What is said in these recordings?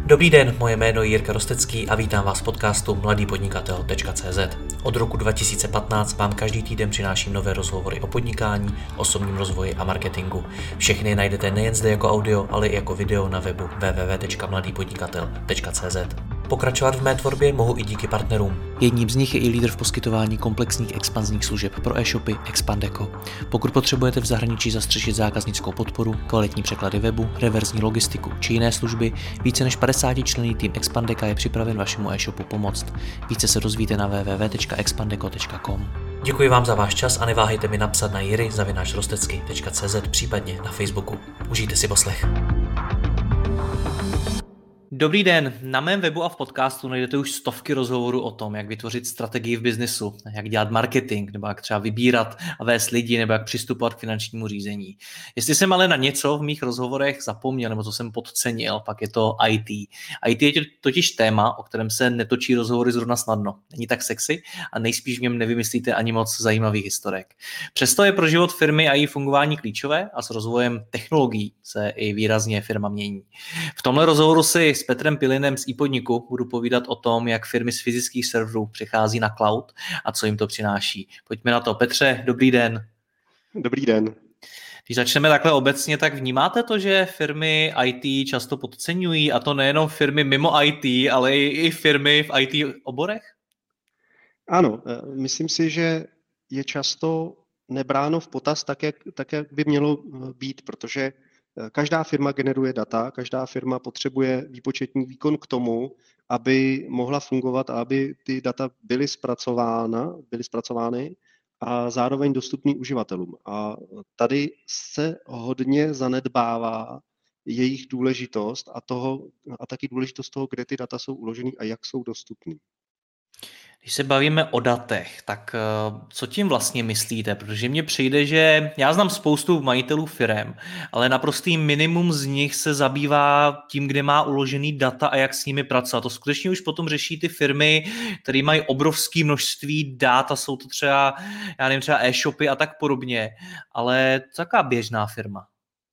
Dobrý den, moje jméno je Jirka Rostecký a vítám vás v podcastu mladýpodnikatel.cz. Od roku 2015 vám každý týden přináším nové rozhovory o podnikání, osobním rozvoji a marketingu. Všechny najdete nejen zde jako audio, ale i jako video na webu www.mladýpodnikatel.cz. Pokračovat v mé tvorbě mohu i díky partnerům. Jedním z nich je i lídr v poskytování komplexních expanzních služeb pro e-shopy Expandeco. Pokud potřebujete v zahraničí zastřešit zákaznickou podporu, kvalitní překlady webu, reverzní logistiku či jiné služby, více než 50členný tým Expandeca je připraven vašemu e-shopu pomoct. Více se dozvíte na www.expandeco.com. Děkuji vám za váš čas a neváhejte mi napsat na jiry@rostecky.cz, případně na Facebooku. Užijte si poslech. Dobrý den, na mém webu a v podcastu najdete už stovky rozhovorů o tom, jak vytvořit strategii v biznesu, jak dělat marketing, nebo jak třeba vybírat a vést lidi, nebo jak přistupovat k finančnímu řízení. Jestli jsem ale na něco v mých rozhovorech zapomněl, nebo co jsem podcenil, pak je to IT. IT je totiž téma, o kterém se netočí rozhovory zrovna snadno. Není tak sexy a nejspíš v něm nevymyslíte ani moc zajímavých historek. Přesto je pro život firmy a její fungování klíčové a s rozvojem technologií se i výrazně firma mění. V tomhle rozhovoru si s Petrem Pilinem z iPodniku budu povídat o tom, jak firmy z fyzických serverů přechází na cloud a co jim to přináší. Pojďme na to. Petře, dobrý den. Dobrý den. Když začneme takhle obecně, tak vnímáte to, že firmy IT často podceňují, a to nejenom firmy mimo IT, ale i firmy v IT oborech? Ano, myslím si, že je často nebráno v potaz tak, jak by mělo být, protože každá firma generuje data, každá firma potřebuje výpočetní výkon k tomu, aby mohla fungovat a aby ty data byly zpracovány a zároveň dostupný uživatelům. A tady se hodně zanedbává jejich důležitost a taky důležitost toho, kde ty data jsou uloženy a jak jsou dostupný. Když se bavíme o datech, tak co tím vlastně myslíte? Protože mně přijde, že já znám spoustu majitelů firem, ale naprostý minimum z nich se zabývá tím, kde má uložený data a jak s nimi pracovat. To skutečně už potom řeší ty firmy, které mají obrovské množství dat a jsou to třeba, já nevím, třeba e-shopy a tak podobně. Ale taká běžná firma.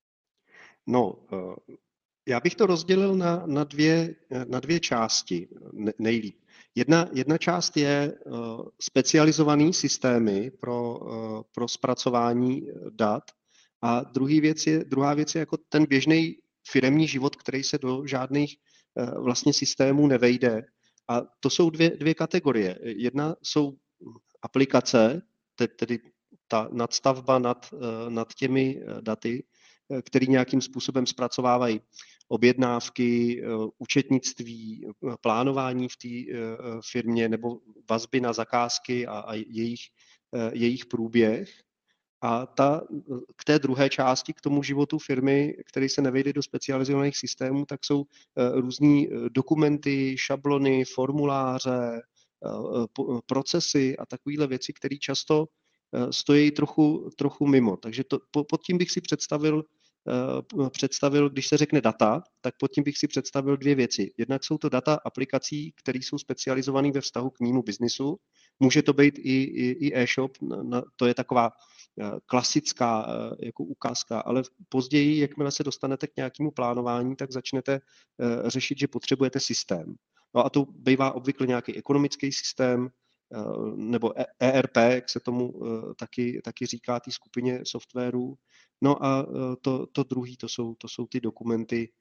No, já bych to rozdělil na dvě části nejlíp. Jedna část je specializované systémy pro zpracování dat a druhá věc je jako ten běžný firemní život, který se do žádných vlastně systémů nevejde. A to jsou dvě kategorie. Jedna jsou aplikace, tedy ta nadstavba nad těmi daty, který nějakým způsobem zpracovávají objednávky, účetnictví, plánování v té firmě nebo vazby na zakázky a jejich průběh. A k té druhé části, k tomu životu firmy, který se nevejde do specializovaných systémů, tak jsou různý dokumenty, šablony, formuláře, procesy a takovéhle věci, které často stojí trochu mimo. Takže pod tím bych si představil, když se řekne data, tak pod tím bych si představil dvě věci. Jednak jsou to data aplikací, které jsou specializované ve vztahu k mému biznisu. Může to být i e-shop, to je taková klasická jako ukázka, ale později, jakmile se dostanete k nějakému plánování, tak začnete řešit, že potřebujete systém. No a to bývá obvykle nějaký ekonomický systém, nebo ERP, jak se tomu taky říká, té skupině softwarů. No a to druhý, to jsou ty dokumenty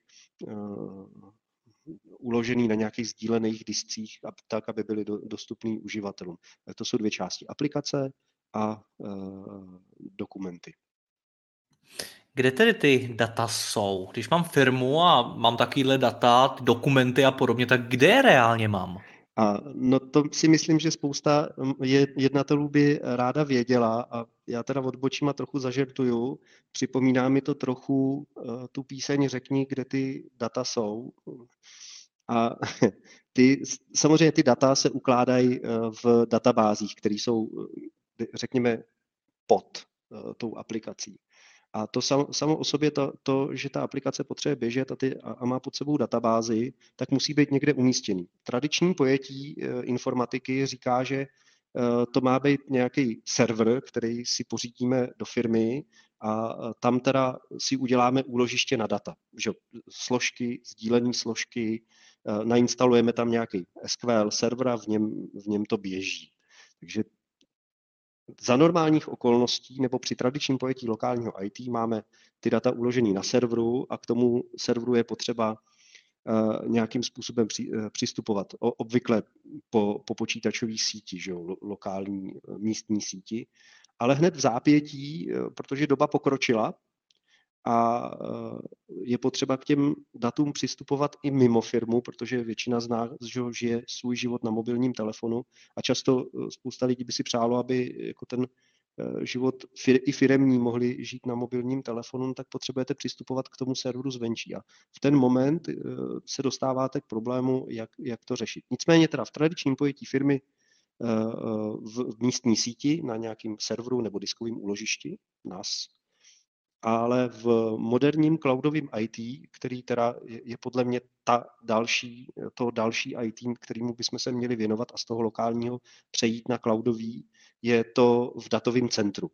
uložený na nějakých sdílených discích, tak, aby byly dostupný uživatelům. To jsou dvě části, aplikace a dokumenty. Kde tedy ty data jsou? Když mám firmu a mám takovýhle data, dokumenty a podobně, tak kde je reálně mám? No to si myslím, že spousta jednatelů by ráda věděla a já teda odbočím a trochu zažertuju. Připomíná mi to trochu tu píseň Řekni, kde ty data jsou. A samozřejmě ty data se ukládají v databázích, které jsou, řekněme, pod tou aplikací. A to samo o sobě, že ta aplikace potřebuje běžet a má pod sebou databázi, tak musí být někde umístěný. Tradiční pojetí informatiky říká, že to má být nějaký server, který si pořídíme do firmy a tam teda si uděláme úložiště na data. Že? Složky, sdílené složky, nainstalujeme tam nějaký SQL server a v něm to běží. Takže za normálních okolností nebo při tradičním pojetí lokálního IT máme ty data uložený na serveru a k tomu serveru je potřeba nějakým způsobem přistupovat. Obvykle po počítačové síti, že jo, lokální místní síti, ale hned v zápětí, protože doba pokročila a je potřeba k těm datům přistupovat i mimo firmu, protože většina z nás žije svůj život na mobilním telefonu a často spousta lidí by si přálo, aby jako ten život i firemní mohli žít na mobilním telefonu, tak potřebujete přistupovat k tomu serveru zvenčí. A v ten moment se dostáváte k problému, jak to řešit. Nicméně teda v tradičním pojetí firmy v místní síti na nějakém serveru nebo diskovém úložišti NAS, ale v moderním cloudovém IT, který teda je podle mě to další IT, kterému bychom se měli věnovat a z toho lokálního přejít na cloudový, je to v datovém centru.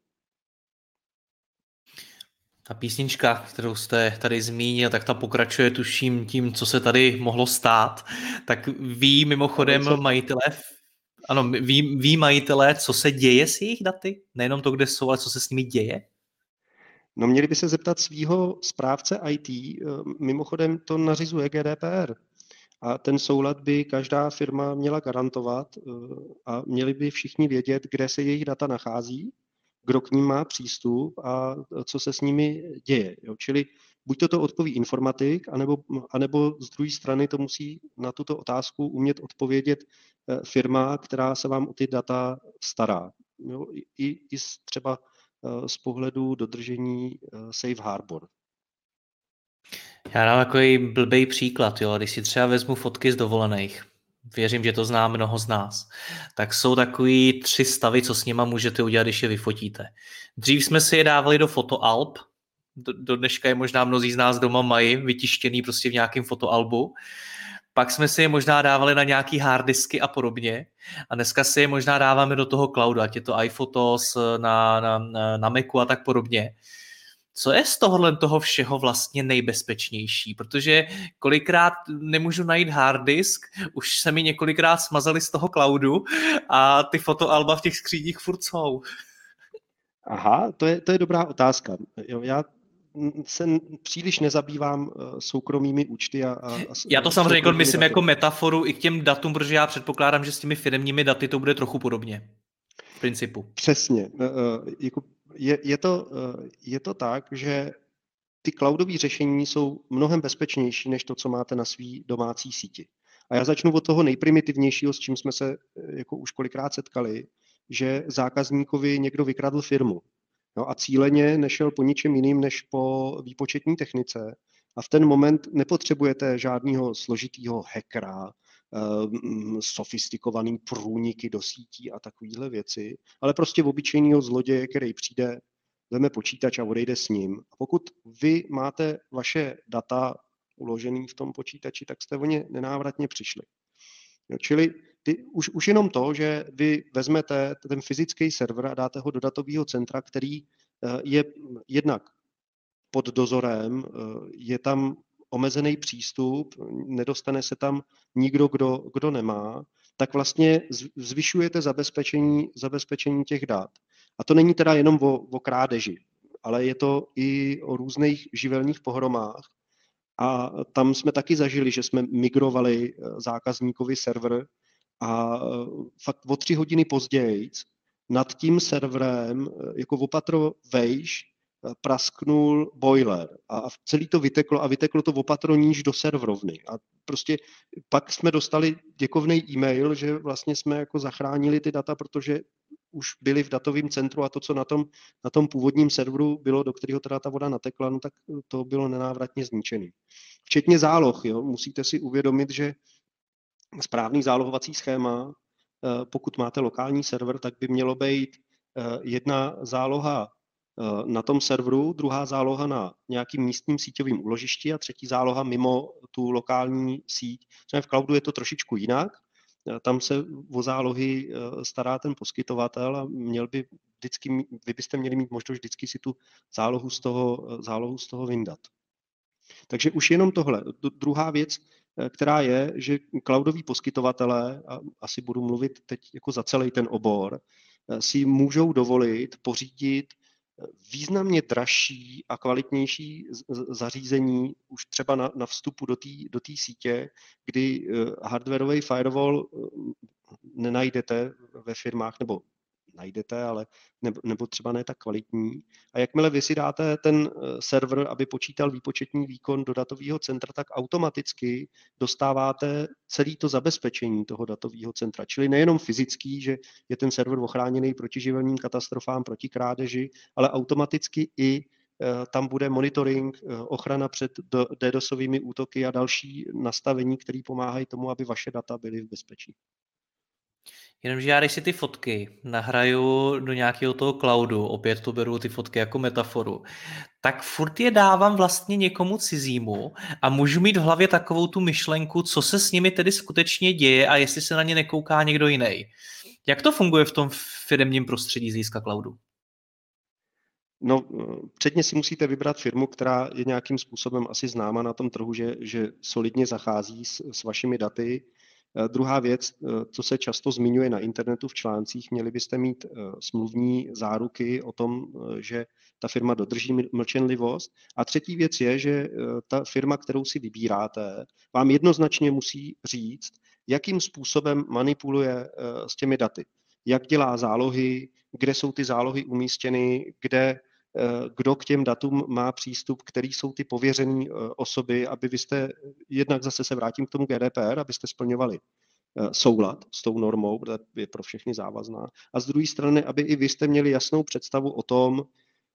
Ta písnička, kterou jste tady zmínil, tak ta pokračuje tuším tím, co se tady mohlo stát. Tak ví mimochodem majitelé, ano, ví majitelé, co se děje s jejich daty? Nejenom to, kde jsou, ale co se s nimi děje? No měli by se zeptat svýho správce IT, mimochodem to nařizuje GDPR. A ten soulad by každá firma měla garantovat a měli by všichni vědět, kde se jejich data nachází, kdo k ním má přístup a co se s nimi děje. Jo? Čili buď to odpoví informatik, anebo z druhé strany to musí na tuto otázku umět odpovědět firma, která se vám o ty data stará. Jo? I třeba z pohledu dodržení Safe Harbor. Já dám takový blbej příklad, jo. Když si třeba vezmu fotky z dovolených, věřím, že to zná mnoho z nás, tak jsou takový 3 stavy, co s nima můžete udělat, když je vyfotíte. Dřív jsme si je dávali do fotoalb, do dneška je možná mnozí z nás doma mají vytištěný prostě v nějakém fotoalbu, pak jsme si je možná dávali na nějaký harddisky a podobně a dneska si je možná dáváme do toho cloudu, ať je to iPhotos na Macu a tak podobně. Co je z toho všeho vlastně nejbezpečnější? Protože kolikrát nemůžu najít harddisk, už se mi několikrát smazali z toho cloudu a ty fotoalba v těch skříních furt jsou. Aha, to je dobrá otázka. Jo, já se příliš nezabývám soukromými účty. Já to samozřejmě myslím jako metaforu i k těm datům, protože já předpokládám, že s těmi firemními daty to bude trochu podobně. V principu. Přesně. Je to tak, že ty cloudové řešení jsou mnohem bezpečnější než to, co máte na své domácí síti. A já začnu od toho nejprimitivnějšího, s čím jsme se jako už kolikrát setkali, že zákazníkovi někdo vykradl firmu. No a cíleně nešel po ničem jiným než po výpočetní technice. A v ten moment nepotřebujete žádného složitýho hackera, sofistikovaný průniky do sítí a takovéhle věci, ale prostě obyčejného zloděje, který přijde, veme počítač a odejde s ním. A pokud vy máte vaše data uložený v tom počítači, tak jste o ně nenávratně přišli. Jo, čili už jenom to, že vy vezmete ten fyzický server a dáte ho do datového centra, který je jednak pod dozorem, je tam omezený přístup, nedostane se tam nikdo, kdo nemá, tak vlastně zvyšujete zabezpečení těch dat. A to není teda jenom o krádeži, ale je to i o různých živelních pohromách. A tam jsme taky zažili, že jsme migrovali zákazníkovi server a fakt o 3 hodiny později nad tím serverem jako opatro vejš prasknul boiler a celý to vyteklo to opatro níž do serverovny. A prostě pak jsme dostali děkovný e-mail, že vlastně jsme jako zachránili ty data, protože už byli v datovém centru a to, co na tom původním serveru bylo, do kterého teda ta voda natekla, no tak to bylo nenávratně zničený. Včetně záloh, jo. Musíte si uvědomit, že správný zálohovací schéma, pokud máte lokální server, tak by mělo být jedna záloha na tom serveru, druhá záloha na nějakým místním síťovým úložišti a třetí záloha mimo tu lokální síť. V cloudu je to trošičku jinak, tam se o zálohy stará ten poskytovatel a vy byste měli mít možnost vždycky si tu zálohu z toho vyndat. Takže už jenom tohle. Druhá věc, která je, že cloudoví poskytovatelé, a asi budu mluvit teď jako za celý ten obor, si můžou dovolit pořídit významně dražší a kvalitnější zařízení už třeba na vstupu do té sítě, kdy hardwareový firewall nenajdete ve firmách, nebo najdete, ale nebo třeba ne tak kvalitní. A jakmile vy si dáte ten server, aby počítal výpočetní výkon do datového centra, tak automaticky dostáváte celé to zabezpečení toho datového centra. Čili nejenom fyzický, že je ten server ochráněný proti živelním katastrofám, proti krádeži, ale automaticky i tam bude monitoring, ochrana před DDoSovými útoky a další nastavení, které pomáhají tomu, aby vaše data byly v bezpečí. Jenomže já, když si ty fotky nahraju do nějakého toho cloudu, opět to beru ty fotky jako metaforu, tak furt je dávám vlastně někomu cizímu a můžu mít v hlavě takovou tu myšlenku, co se s nimi tedy skutečně děje a jestli se na ně nekouká někdo jiný. Jak to funguje v tom firemním prostředí z hlediska cloudu? No, předně si musíte vybrat firmu, která je nějakým způsobem asi známa na tom trhu, že solidně zachází s vašimi daty. Druhá věc, co se často zmiňuje na internetu v článcích, měli byste mít smluvní záruky o tom, že ta firma dodrží mlčenlivost. A třetí věc je, že ta firma, kterou si vybíráte, vám jednoznačně musí říct, jakým způsobem manipuluje s těmi daty. Jak dělá zálohy, kde jsou ty zálohy umístěny, kdo k těm datům má přístup, který jsou ty pověřené osoby, aby vy jste, jednak zase se vrátím k tomu GDPR, abyste splňovali soulad s tou normou, protože je pro všechny závazná. A z druhé strany, aby i vy jste měli jasnou představu o tom,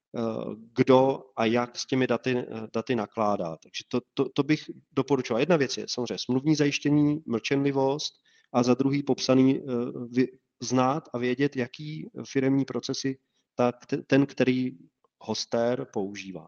kdo a jak s těmi daty nakládá. Takže to bych doporučoval. Jedna věc je samozřejmě smluvní zajištění, mlčenlivost a za druhý popsaný znát a vědět, jaký firemní procesy ten, který hostér používá.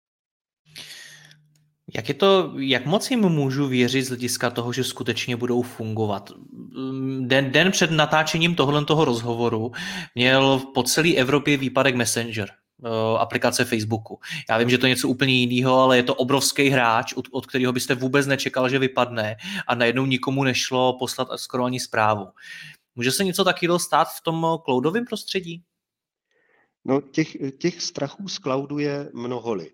Jak moc jim můžu věřit z hlediska toho, že skutečně budou fungovat? Den před natáčením toho rozhovoru měl po celé Evropě výpadek Messenger, aplikace Facebooku. Já vím, že to je něco úplně jiného, ale je to obrovský hráč, od kterého byste vůbec nečekal, že vypadne a najednou nikomu nešlo poslat skoro ani zprávu. Může se něco takového stát v tom cloudovém prostředí? No, těch strachů z cloudu je mnoholy.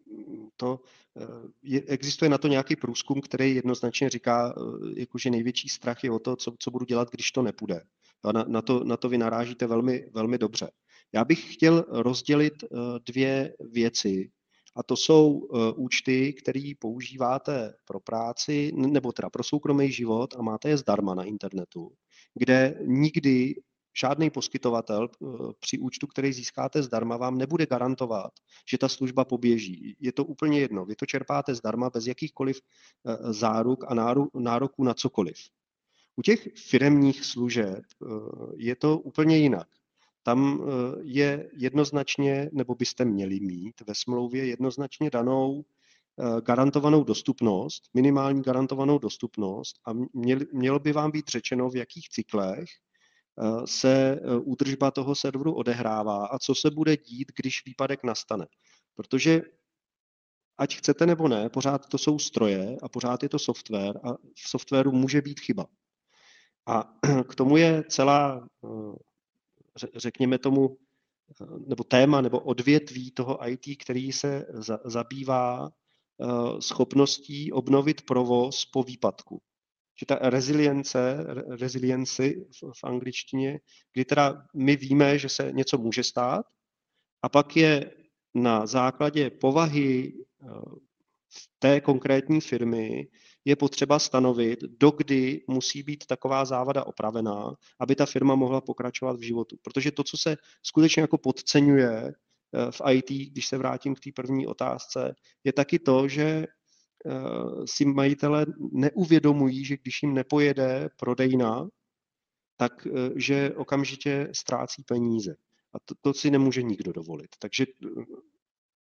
Existuje na to nějaký průzkum, který jednoznačně říká, že největší strach je o to, co budu dělat, když to nepůjde. Na to vy narážíte velmi, velmi dobře. Já bych chtěl rozdělit dvě věci, a to jsou účty, které používáte pro práci, nebo teda pro soukromý život a máte je zdarma na internetu, kde nikdy žádný poskytovatel při účtu, který získáte zdarma, vám nebude garantovat, že ta služba poběží. Je to úplně jedno. Vy to čerpáte zdarma bez jakýchkoliv záruk a nároků na cokoliv. U těch firemních služeb je to úplně jinak. Tam je jednoznačně, nebo byste měli mít ve smlouvě jednoznačně danou garantovanou dostupnost, minimální garantovanou dostupnost a mělo by vám být řečeno, v jakých cyklech se údržba toho serveru odehrává a co se bude dít, když výpadek nastane. Protože ať chcete nebo ne, pořád to jsou stroje a pořád je to software a v softwaru může být chyba. A k tomu je celá, řekněme tomu, nebo téma, nebo odvětví toho IT, který se zabývá schopností obnovit provoz po výpadku. Že ta resiliency v angličtině, kdy teda my víme, že se něco může stát a pak je na základě povahy té konkrétní firmy je potřeba stanovit, dokdy musí být taková závada opravená, aby ta firma mohla pokračovat v životu. Protože to, co se skutečně jako podceňuje v IT, když se vrátím k té první otázce, je taky to, že si majitelé neuvědomují, že když jim nepojede prodejna, tak že okamžitě ztrácí peníze. A to si nemůže nikdo dovolit. Takže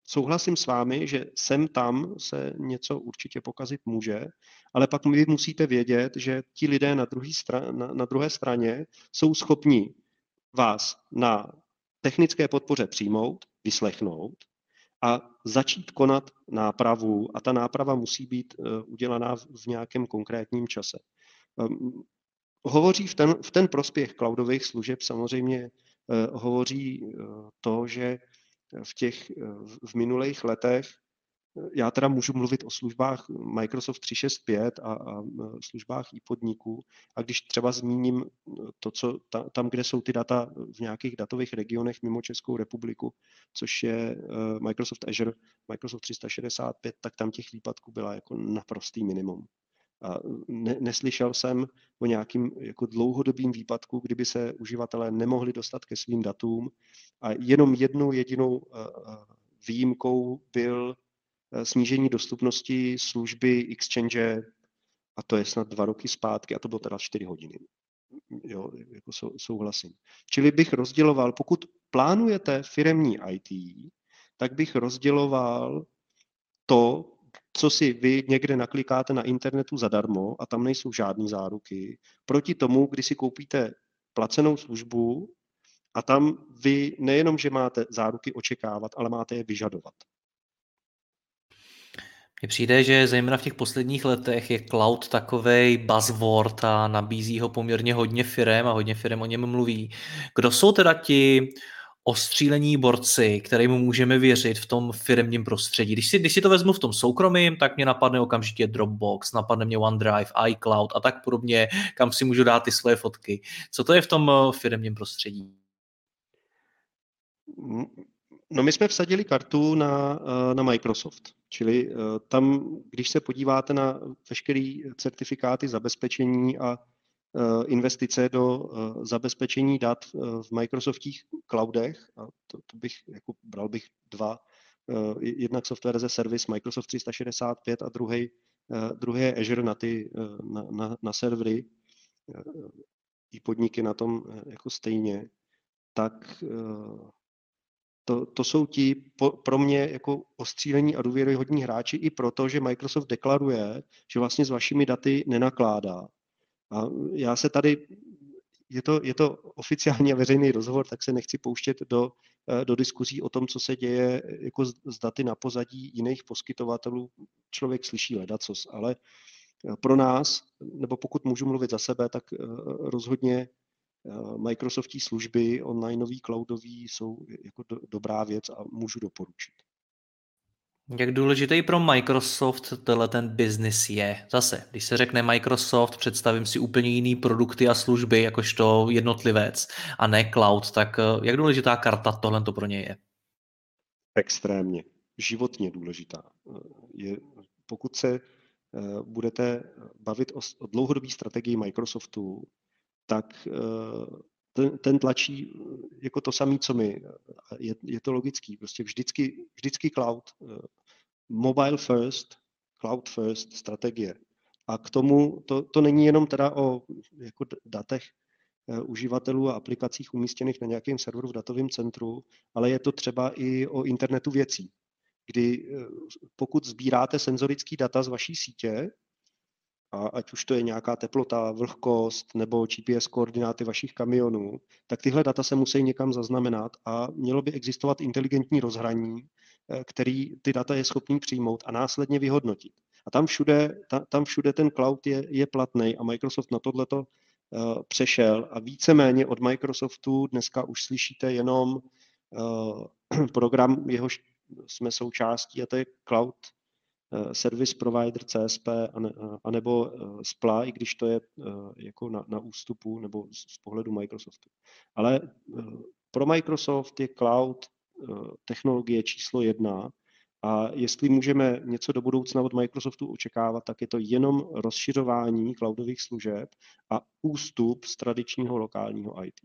souhlasím s vámi, že sem tam se něco určitě pokazit může, ale pak vy musíte vědět, že ti lidé na druhé straně jsou schopni vás na technické podpoře přijmout, vyslechnout a začít konat nápravu a ta náprava musí být udělaná v nějakém konkrétním čase. Hovoří v ten prospěch cloudových služeb samozřejmě hovoří to, že v minulých letech, já teda můžu mluvit o službách Microsoft 365 a službách i-podniků, a když třeba zmíním to, co tam, kde jsou ty data v nějakých datových regionech mimo Českou republiku, což je Microsoft Azure, Microsoft 365, tak tam těch výpadků byla jako naprostý minimum. A neslyšel jsem o nějakým jako dlouhodobým výpadku, kdyby se uživatelé nemohli dostat ke svým datům. A jenom jednou jedinou výjimkou byl snížení dostupnosti služby Exchange, a to je snad 2 roky zpátky, a to bylo teda 4 hodiny. Jo, jako souhlasím. Čili bych rozděloval, pokud plánujete firemní IT, tak bych rozděloval to, co si vy někde naklikáte na internetu zadarmo a tam nejsou žádné záruky, proti tomu, kdy si koupíte placenou službu a tam vy nejenom, že máte záruky očekávat, ale máte je vyžadovat. Mně přijde, že zejména v těch posledních letech je cloud takovej buzzword a nabízí ho poměrně hodně firem a hodně firem o něm mluví. Kdo jsou teda ti ostřílení borci, kterým můžeme věřit v tom firemním prostředí? Když si to vezmu v tom soukromém, tak mě napadne okamžitě Dropbox, napadne mě OneDrive, iCloud a tak podobně, kam si můžu dát ty svoje fotky. Co to je v tom firemním prostředí? No, my jsme vsadili kartu na Microsoft, čili tam, když se podíváte na veškeré certifikáty zabezpečení a investice do zabezpečení dat v Microsoftích cloudech, a to bych, jako bral bych 2, jednak software as a service Microsoft 365 a druhý je Azure na servery, i podniky na tom jako stejně, tak to jsou ti pro mě jako ostřílení a důvěryhodní hráči i proto, že Microsoft deklaruje, že vlastně s vašimi daty nenakládá. A já se tady, je to oficiálně veřejný rozhovor, tak se nechci pouštět do diskuzí o tom, co se děje jako s daty na pozadí jiných poskytovatelů. Člověk slyší ledacos, ale pro nás, nebo pokud můžu mluvit za sebe, tak rozhodně Microsoftí služby onlineový, cloudový jsou jako dobrá věc a můžu doporučit. Jak důležitý pro Microsoft ten business je? Zase, když se řekne Microsoft, představím si úplně jiný produkty a služby, jakožto jednotlivec a ne cloud, tak jak důležitá karta tohle pro ně je? Extrémně, životně důležitá. Pokud se budete bavit o dlouhodobé strategii Microsoftu, tak ten tlačí jako to samé, co my. Je to logický. Prostě vždycky cloud, mobile first, cloud first strategie. A k tomu to není jenom teda o jako datech uživatelů a aplikacích umístěných na nějakém serveru v datovém centru, ale je to třeba i o internetu věcí, kdy pokud sbíráte senzorický data z vaší sítě, a ať už to je nějaká teplota, vlhkost nebo GPS koordináty vašich kamionů, tak tyhle data se musí někam zaznamenat a mělo by existovat inteligentní rozhraní, který ty data je schopný přijmout a následně vyhodnotit. A tam všude ten cloud je platný a Microsoft na tohleto přešel a víceméně od Microsoftu dneska už slyšíte jenom program, jehož jsme součástí, a to je Cloud Service Provider CSP anebo SPLA, i když to je jako na ústupu nebo z pohledu Microsoftu. Ale pro Microsoft je cloud technologie číslo 1 a jestli můžeme něco do budoucna od Microsoftu očekávat, tak je to jenom rozšiřování cloudových služeb a ústup z tradičního lokálního IT.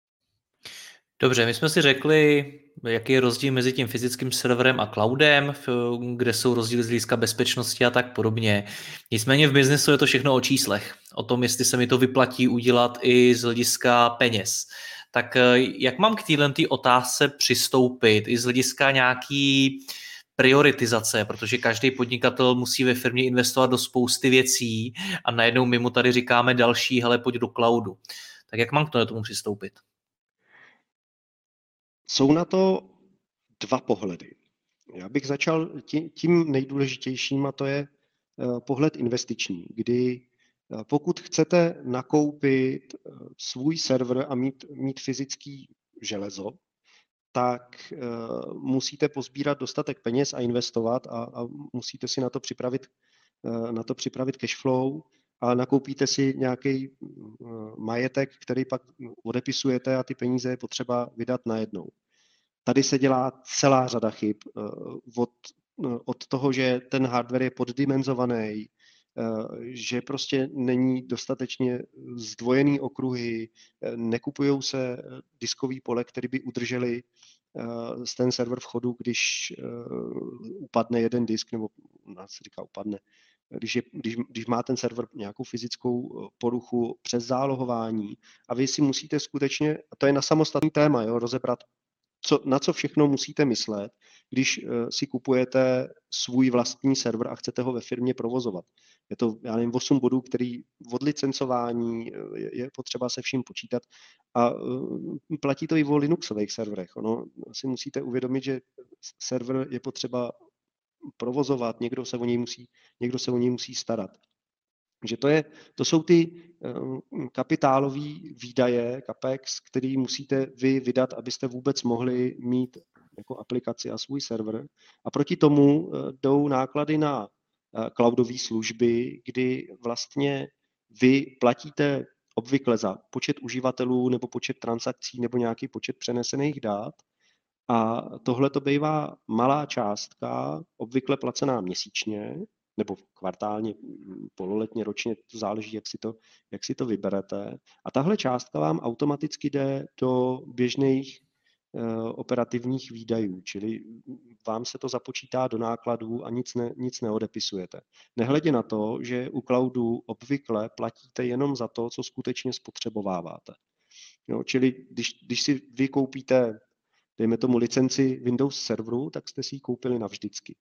Dobře, my jsme si řekli, jaký je rozdíl mezi tím fyzickým serverem a cloudem, kde jsou rozdíly z hlediska bezpečnosti a tak podobně. Nicméně v biznesu je to všechno o číslech, o tom, jestli se mi to vyplatí udělat i z hlediska peněz. Tak jak mám k této otázce přistoupit i z hlediska nějaký prioritizace, protože každý podnikatel musí ve firmě investovat do spousty věcí a najednou my mu tady říkáme další, hele, pojď do cloudu. Tak jak mám k tomu přistoupit? Jsou na to dva pohledy. Já bych začal tím nejdůležitějším, a to je pohled investiční, kdy pokud chcete nakoupit svůj server a mít fyzický železo, tak musíte pozbírat dostatek peněz a investovat a musíte si na to připravit cash flow a nakoupíte si nějaký majetek, který pak odepisujete a ty peníze je potřeba vydat najednou. Tady se dělá celá řada chyb od toho, že ten hardware je poddimenzovaný, že prostě není dostatečně zdvojený okruhy, nekupujou se diskový pole, které by udrželi ten server v chodu, když upadne jeden disk, nebo se říká upadne, když má ten server nějakou fyzickou poruchu přes zálohování a vy si musíte skutečně, a to je na samostatný téma, rozebrat, na co všechno musíte myslet, když si kupujete svůj vlastní server a chcete ho ve firmě provozovat. Je to, já nevím, 8 bodů, který od licencování je potřeba se vším počítat a platí to i o Linuxových serverech. Ono si musíte uvědomit, že server je potřeba provozovat, někdo se o něj musí starat. Že to jsou ty kapitálové výdaje, CAPEX, který musíte vy vydat, abyste vůbec mohli mít jako aplikaci a svůj server. A proti tomu jdou náklady na cloudové služby, kdy vlastně vy platíte obvykle za počet uživatelů nebo počet transakcí nebo nějaký počet přenesených dat. A tohle to bývá malá částka, obvykle placená měsíčně, nebo kvartálně, pololetně, ročně, to záleží, jak si to vyberete. A tahle částka vám automaticky jde do běžných operativních výdajů, čili vám se to započítá do nákladů a nic neodepisujete. Nehledě na to, že u cloudu obvykle platíte jenom za to, co skutečně spotřebováváte. Čili když si vy koupíte, dejme tomu, licenci Windows serveru, tak jste si ji koupili navždycky.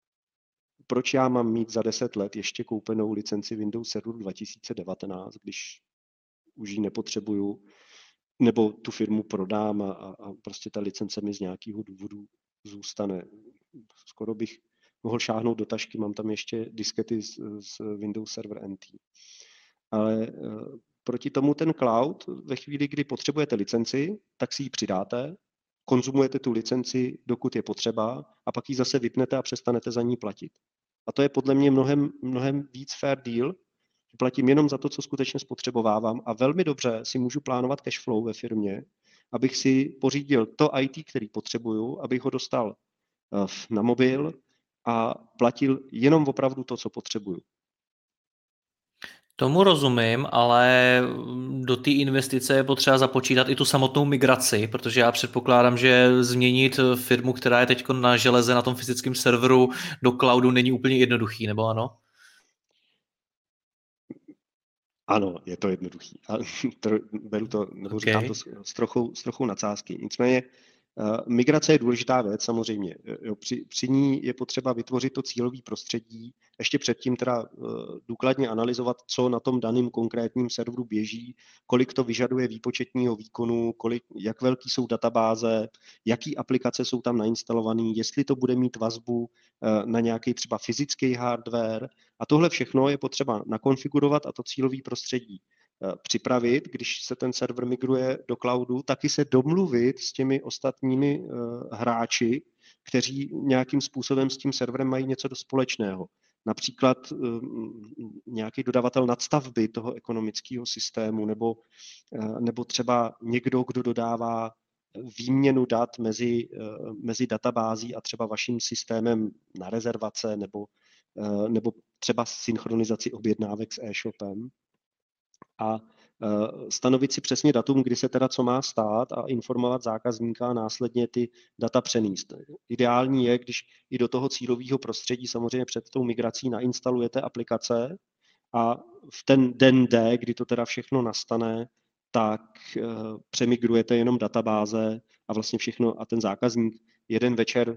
Proč já mám mít za 10 let ještě koupenou licenci Windows serveru 2019, když už ji nepotřebuju, nebo tu firmu prodám a prostě ta licence mi z nějakého důvodu zůstane. Skoro bych mohl šáhnout do tašky, mám tam ještě diskety z Windows Server NT. Ale proti tomu ten cloud, ve chvíli, kdy potřebujete licenci, tak si ji přidáte, konzumujete tu licenci, dokud je potřeba, a pak ji zase vypnete a přestanete za ní platit. A to je podle mě mnohem víc fair deal, že platím jenom za to, co skutečně spotřebovávám a velmi dobře si můžu plánovat cash flow ve firmě, abych si pořídil to IT, který potřebuju, abych ho dostal na mobil a platil jenom opravdu to, co potřebuju. Tomu rozumím, ale do té investice je potřeba započítat i tu samotnou migraci, protože já předpokládám, že změnit firmu, která je teď na železe na tom fyzickém serveru do cloudu není úplně jednoduchý, nebo ano? Ano, je to jednoduchý. Beru to, nebo říkám to s trochou nadsázky. Nicméně migrace je důležitá věc, samozřejmě. Při ní je potřeba vytvořit to cílové prostředí, ještě předtím teda důkladně analyzovat, co na tom daném konkrétním serveru běží, kolik to vyžaduje výpočetního výkonu, jak velký jsou databáze, jaký aplikace jsou tam nainstalované, jestli to bude mít vazbu na nějaký třeba fyzický hardware. A tohle všechno je potřeba nakonfigurovat a to cílové prostředí připravit, když se ten server migruje do cloudu, taky se domluvit s těmi ostatními hráči, kteří nějakým způsobem s tím serverem mají něco do společného. Například nějaký dodavatel nadstavby toho ekonomického systému, nebo třeba někdo, kdo dodává výměnu dat mezi databází a třeba vaším systémem na rezervace, nebo třeba synchronizaci objednávek s e-shopem. A stanovit si přesně datum, kdy se teda co má stát a informovat zákazníka a následně ty data přenést. Ideální je, když i do toho cílového prostředí samozřejmě před tou migrací nainstalujete aplikace a v ten den D, kdy to teda všechno nastane, tak přemigrujete jenom databáze a vlastně všechno a ten zákazník jeden večer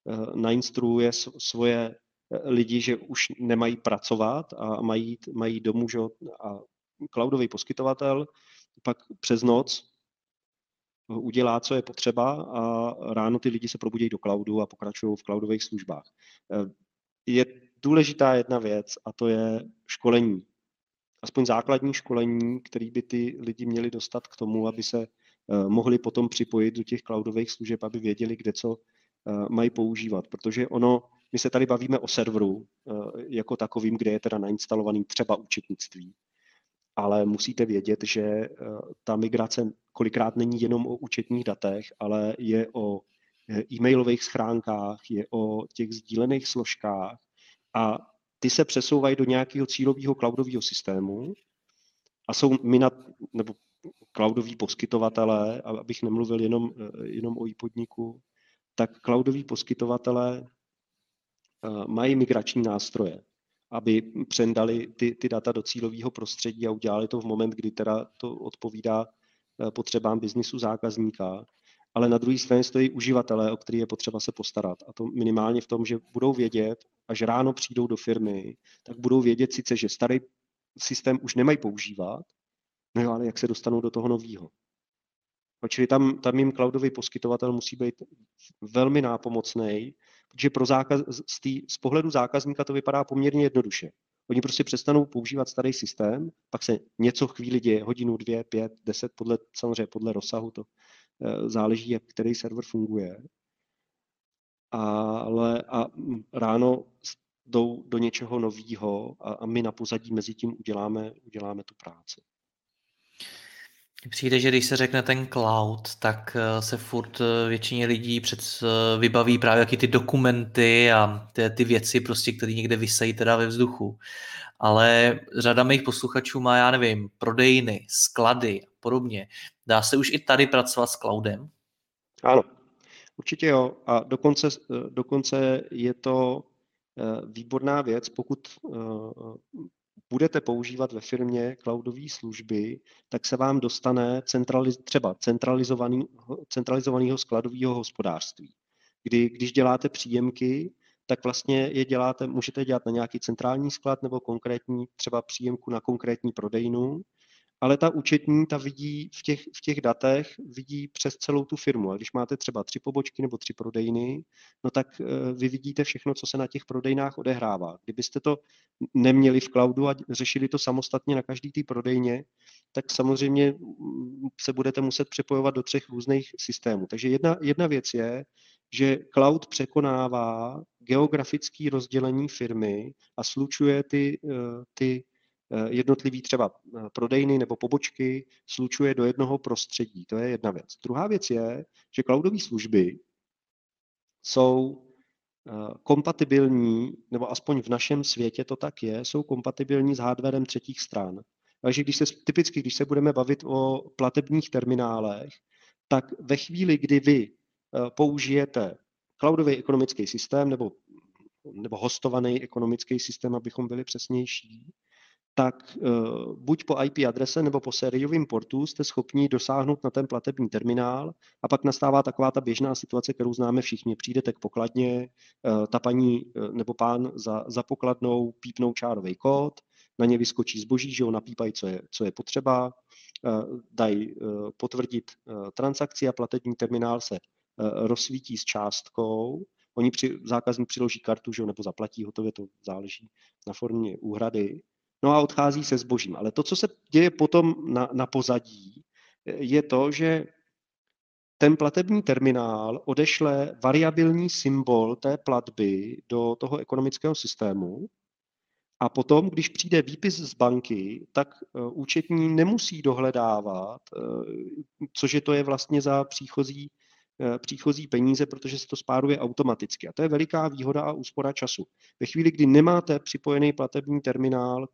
nainstruuje svoje lidi, že už nemají pracovat a mají domů, že? A cloudový poskytovatel pak přes noc udělá, co je potřeba a ráno ty lidi se probudí do cloudu a pokračují v cloudových službách. Je důležitá jedna věc a to je školení. Aspoň základní školení, který by ty lidi měli dostat k tomu, aby se mohli potom připojit do těch cloudových služeb, aby věděli, kde co mají používat. Protože my se tady bavíme o serveru jako takovým, kde je teda nainstalovaný třeba účetnictví. Ale musíte vědět, že ta migrace kolikrát není jenom o účetních datech, ale je o e-mailových schránkách, je o těch sdílených složkách a ty se přesouvají do nějakého cílového cloudového systému a jsou nebo cloudoví poskytovatelé, abych nemluvil jenom o e-podniku, tak cloudoví poskytovatelé mají migrační nástroje, aby přendali ty data do cílového prostředí a udělali to v moment, kdy teda to odpovídá potřebám biznisu zákazníka. Ale na druhé straně stojí uživatelé, o který je potřeba se postarat. A to minimálně v tom, že budou vědět, až ráno přijdou do firmy, tak budou vědět sice, že starý systém už nemají používat, no jo, ale jak se dostanou do toho nového. Čili tam jim cloudový poskytovatel musí být velmi nápomocný, protože z pohledu zákazníka to vypadá poměrně jednoduše. Oni prostě přestanou používat starý systém, pak se něco chvíli děje, hodinu, 2, 5, 10, samozřejmě podle rozsahu, to záleží, jak který server funguje. A ráno jdou do něčeho nového a my na pozadí mezi tím uděláme tu práci. Přijde, že když se řekne ten cloud, tak se furt většině lidí vybaví právě jaký ty dokumenty a ty věci, prostě, které někde visejí teda ve vzduchu. Ale řada mých posluchačů má, já nevím, prodejny, sklady a podobně. Dá se už i tady pracovat s cloudem? Ano, určitě jo. A dokonce je to výborná věc, pokud budete používat ve firmě cloudové služby, tak se vám dostane třeba centralizovaného skladového hospodářství. Když děláte příjemky, tak vlastně můžete dělat na nějaký centrální sklad nebo konkrétní třeba příjemku na konkrétní prodejnu, ale ta účetní, ta vidí v těch datech, vidí přes celou tu firmu. A když máte třeba 3 pobočky nebo 3 prodejny, no tak vy vidíte všechno, co se na těch prodejnách odehrává. Kdybyste to neměli v cloudu a řešili to samostatně na každý té prodejně, tak samozřejmě se budete muset přepojovat do 3 různých systémů. Takže jedna věc je, že cloud překonává geografické rozdělení firmy a slučuje ty jednotlivý třeba prodejny nebo pobočky slučuje do jednoho prostředí. To je jedna věc. Druhá věc je, že cloudové služby jsou kompatibilní, nebo aspoň v našem světě to tak je, jsou kompatibilní s hardwarem třetích stran. Takže typicky, když se budeme bavit o platebních terminálech, tak ve chvíli, kdy vy použijete cloudový ekonomický systém nebo hostovaný ekonomický systém, abychom byli přesnější, tak buď po IP adrese nebo po sériovém portu jste schopni dosáhnout na ten platební terminál a pak nastává taková ta běžná situace, kterou známe všichni. Přijdete k pokladně, ta paní nebo pán za pokladnou pípnou čárový kód, na ně vyskočí zboží, že ho napípají, co je potřeba, dají potvrdit transakci a platební terminál se rozsvítí s částkou. Zákazník přiloží kartu, že ho, nebo zaplatí hotově, to záleží na formě úhrady. No a odchází se zbožím. Ale to, co se děje potom na pozadí, je to, že ten platební terminál odešle variabilní symbol té platby do toho ekonomického systému a potom, když přijde výpis z banky, tak účetní nemusí dohledávat, cože to je vlastně za příchozí peníze, protože se to spáruje automaticky. A to je veliká výhoda a úspora času. Ve chvíli, kdy nemáte připojený platební terminál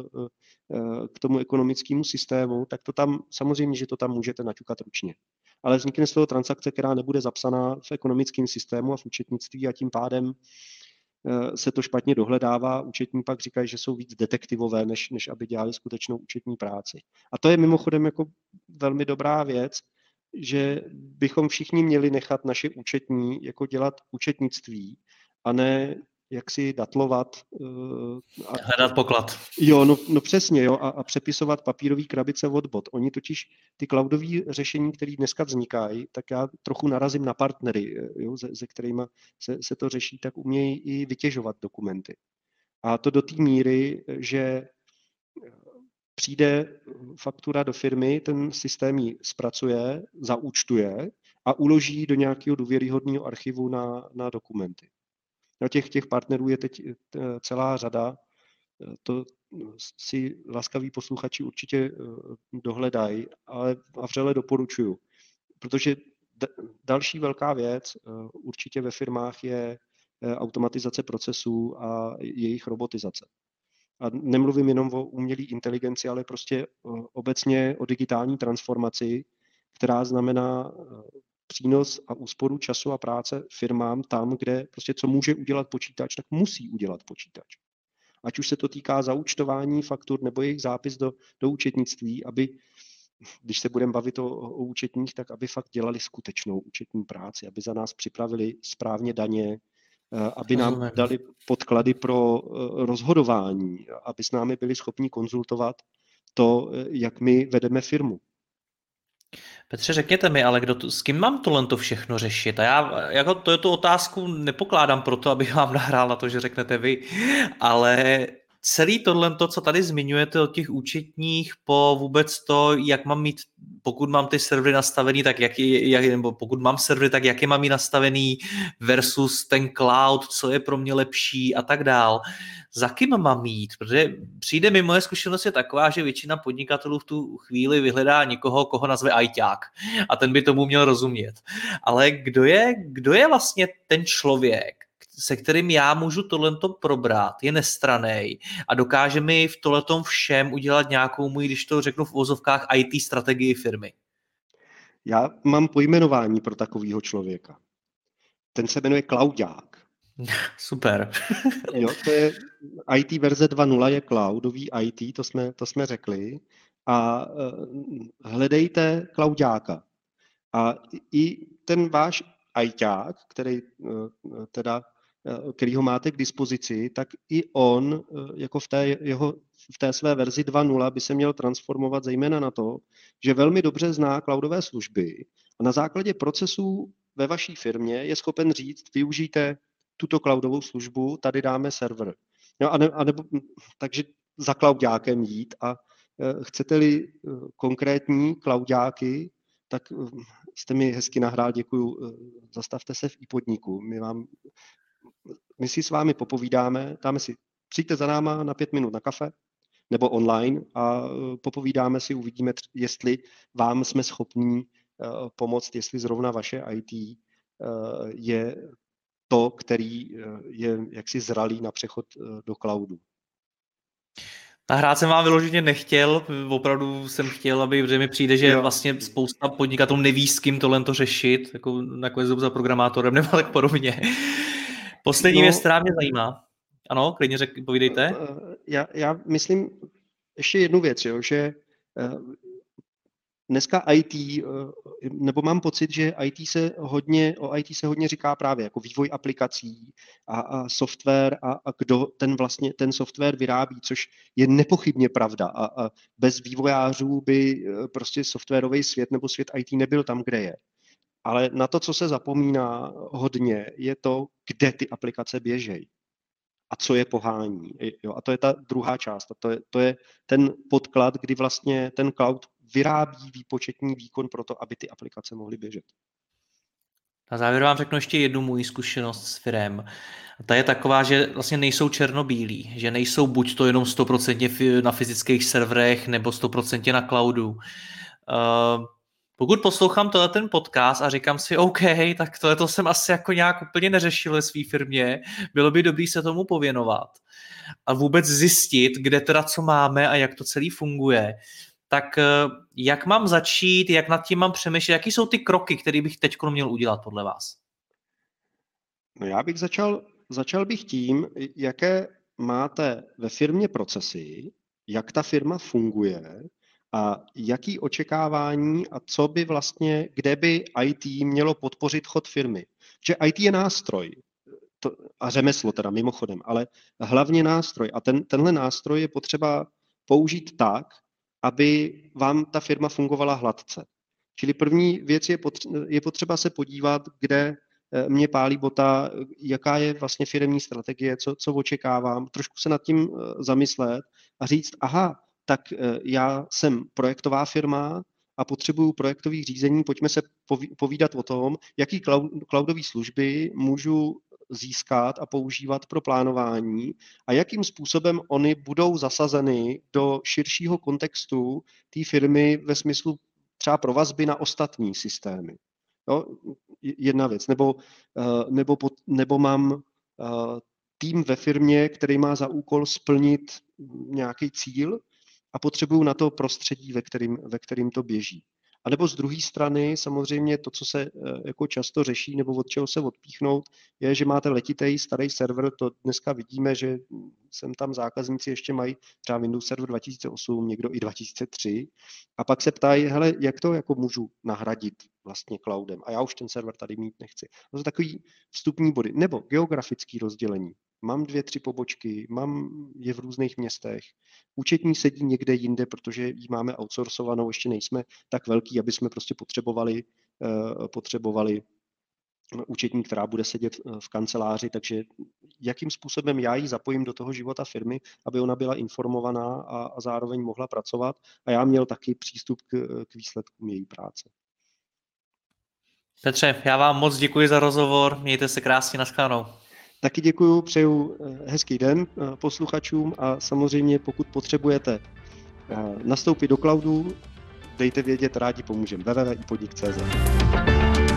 k tomu ekonomickému systému, tak to tam samozřejmě, že to tam můžete naťukat ručně. Ale vznikne z toho transakce, která nebude zapsaná v ekonomickém systému a v účetnictví a tím pádem se to špatně dohledává. Účetní pak říkají, že jsou víc detektivové, než aby dělali skutečnou účetní práci. A to je mimochodem jako velmi dobrá věc, že bychom všichni měli nechat naše účetní jako dělat účetnictví a ne jak si datlovat. Hledat poklad. Jo, no přesně, jo, a přepisovat papírový krabice od bod. Oni totiž ty cloudové řešení, které dneska vznikají, tak já trochu narazím na partnery, jo, se kterými se to řeší, tak umějí i vytěžovat dokumenty. A to do té míry, že přijde faktura do firmy, ten systém ji zpracuje, zaúčtuje a uloží do nějakého důvěryhodného archivu na dokumenty. No těch partnerů je teď celá řada. To si laskaví posluchači určitě dohledají, ale a vřele doporučuju. Protože další velká věc určitě ve firmách je automatizace procesů a jejich robotizace. A nemluvím jenom o umělé inteligenci, ale prostě obecně o digitální transformaci, která znamená přínos a úsporu času a práce firmám tam, kde prostě co může udělat počítač, tak musí udělat počítač. Ať už se to týká zaúčtování faktur nebo jejich zápis do účetnictví, aby, když se budeme bavit o účetních, tak aby fakt dělali skutečnou účetní práci, aby za nás připravili správně daně, aby nám dali podklady pro rozhodování, aby s námi byli schopni konzultovat to, jak my vedeme firmu. Petře, řekněte mi, ale s kým mám tohle všechno řešit? A já jako tu otázku nepokládám proto, abych vám nahrál na to, že řeknete vy, ale celý tohle, co tady zmiňujete od těch účetních po vůbec to, jak mám mít, pokud mám ty servery nastavený, tak nebo pokud mám servery, tak jak je mám mít nastavený versus ten cloud, co je pro mě lepší a tak dál. Za kým mám jít? Protože přijde mi, moje zkušenost je taková, že většina podnikatelů v tu chvíli vyhledá někoho, koho nazve ajťák a ten by tomu měl rozumět. Ale kdo je vlastně ten člověk, se kterým já můžu tohleto probrat, je nestranný a dokáže mi v tohletom všem udělat nějakou můj, když to řeknu v uvozovkách, IT strategii firmy? Já mám pojmenování pro takového člověka. Ten se jmenuje cloudák. Super. Jo, to je IT verze 2.0 je cloudový IT, to jsme řekli. A hledejte cloudáka. A i ten váš ajťák, kterýho máte k dispozici, tak i on jako v té své verzi 2.0 by se měl transformovat zejména na to, že velmi dobře zná cloudové služby a na základě procesů ve vaší firmě je schopen říct, využijte tuto cloudovou službu, tady dáme server. No takže za cloudákem jít a chcete-li konkrétní cloudáky, tak jste mi hezky nahrál, děkuju. Zastavte se v iPodniku. My si s vámi popovídáme, přijďte za náma na 5 minut na kafe nebo online a popovídáme si, uvidíme, jestli vám jsme schopní pomoct, jestli zrovna vaše IT je to, který je jaksi zralý na přechod do cloudu. Nahrát jsem vám vyloženě nechtěl, opravdu jsem chtěl, protože mi přijde, že vlastně spousta podnikatelů neví, s kým tohle to řešit, jako nakonec za programátorem nebo tak podobně. Poslední věc, která mě zajímá. Ano, klidně povídejte. Já myslím ještě jednu věc, jo, že dneska IT, nebo mám pocit, že o IT se hodně říká právě jako vývoj aplikací a software a kdo ten software vyrábí, což je nepochybně pravda. A bez vývojářů by prostě softwarový svět nebo svět IT nebyl tam, kde je. Ale na to, co se zapomíná hodně, je to, kde ty aplikace běžejí a co je pohání. Jo, a to je ta druhá část. A to je ten podklad, kdy vlastně ten cloud vyrábí výpočetní výkon pro to, aby ty aplikace mohly běžet. Na závěr vám řeknu ještě jednu můj zkušenost s firem. Ta je taková, že vlastně nejsou černobílí, že nejsou buď to jenom 100% na fyzických serverech nebo 100% na cloudu. Pokud poslouchám ten podcast a říkám si, OK, tak to jsem asi jako nějak úplně neřešil ve své firmě, bylo by dobré se tomu pověnovat a vůbec zjistit, kde teda co máme a jak to celý funguje. Tak jak mám začít, jak nad tím mám přemýšlet, jaký jsou ty kroky, které bych teď měl udělat podle vás? No já bych začal bych tím, jaké máte ve firmě procesy, jak ta firma funguje a jaký očekávání a co by vlastně, kde by IT mělo podpořit chod firmy. Že IT je nástroj a řemeslo teda mimochodem, ale hlavně nástroj a tenhle nástroj je potřeba použít tak, aby vám ta firma fungovala hladce. Čili první věc je potřeba se podívat, kde mě pálí bota, jaká je vlastně firemní strategie, co očekávám, trošku se nad tím zamyslet a říct, aha, tak já jsem projektová firma a potřebuju projektových řízení, pojďme se povídat o tom, jaký cloudové služby můžu získat a používat pro plánování a jakým způsobem oni budou zasazeny do širšího kontextu té firmy ve smyslu třeba pro vazby na ostatní systémy. Jo? Jedna věc. Nebo mám tým ve firmě, který má za úkol splnit nějaký cíl a potřebuju na to prostředí, ve kterým to běží. A nebo z druhé strany samozřejmě to, co se jako často řeší, nebo od čeho se odpíchnout, je, že máte letitý starý server, to dneska vidíme, že sem tam zákazníci ještě mají třeba Windows Server 2008, někdo i 2003, a pak se ptají, hele, jak to jako můžu nahradit vlastně cloudem, a já už ten server tady mít nechci. To jsou takový vstupní body. Nebo geografické rozdělení. Mám 2-3 pobočky, mám je v různých městech. Účetní sedí někde jinde, protože ji máme outsourcovanou, ještě nejsme tak velký, aby jsme prostě potřebovali účetní, která bude sedět v kanceláři, takže jakým způsobem já ji zapojím do toho života firmy, aby ona byla informovaná a zároveň mohla pracovat a já měl taky přístup k výsledkům její práce. Petře, já vám moc děkuji za rozhovor, mějte se krásně, nashledanou. Taky děkuju, přeju hezký den posluchačům a samozřejmě pokud potřebujete nastoupit do cloudu, dejte vědět, rádi pomůžeme. www.ipodnik.cz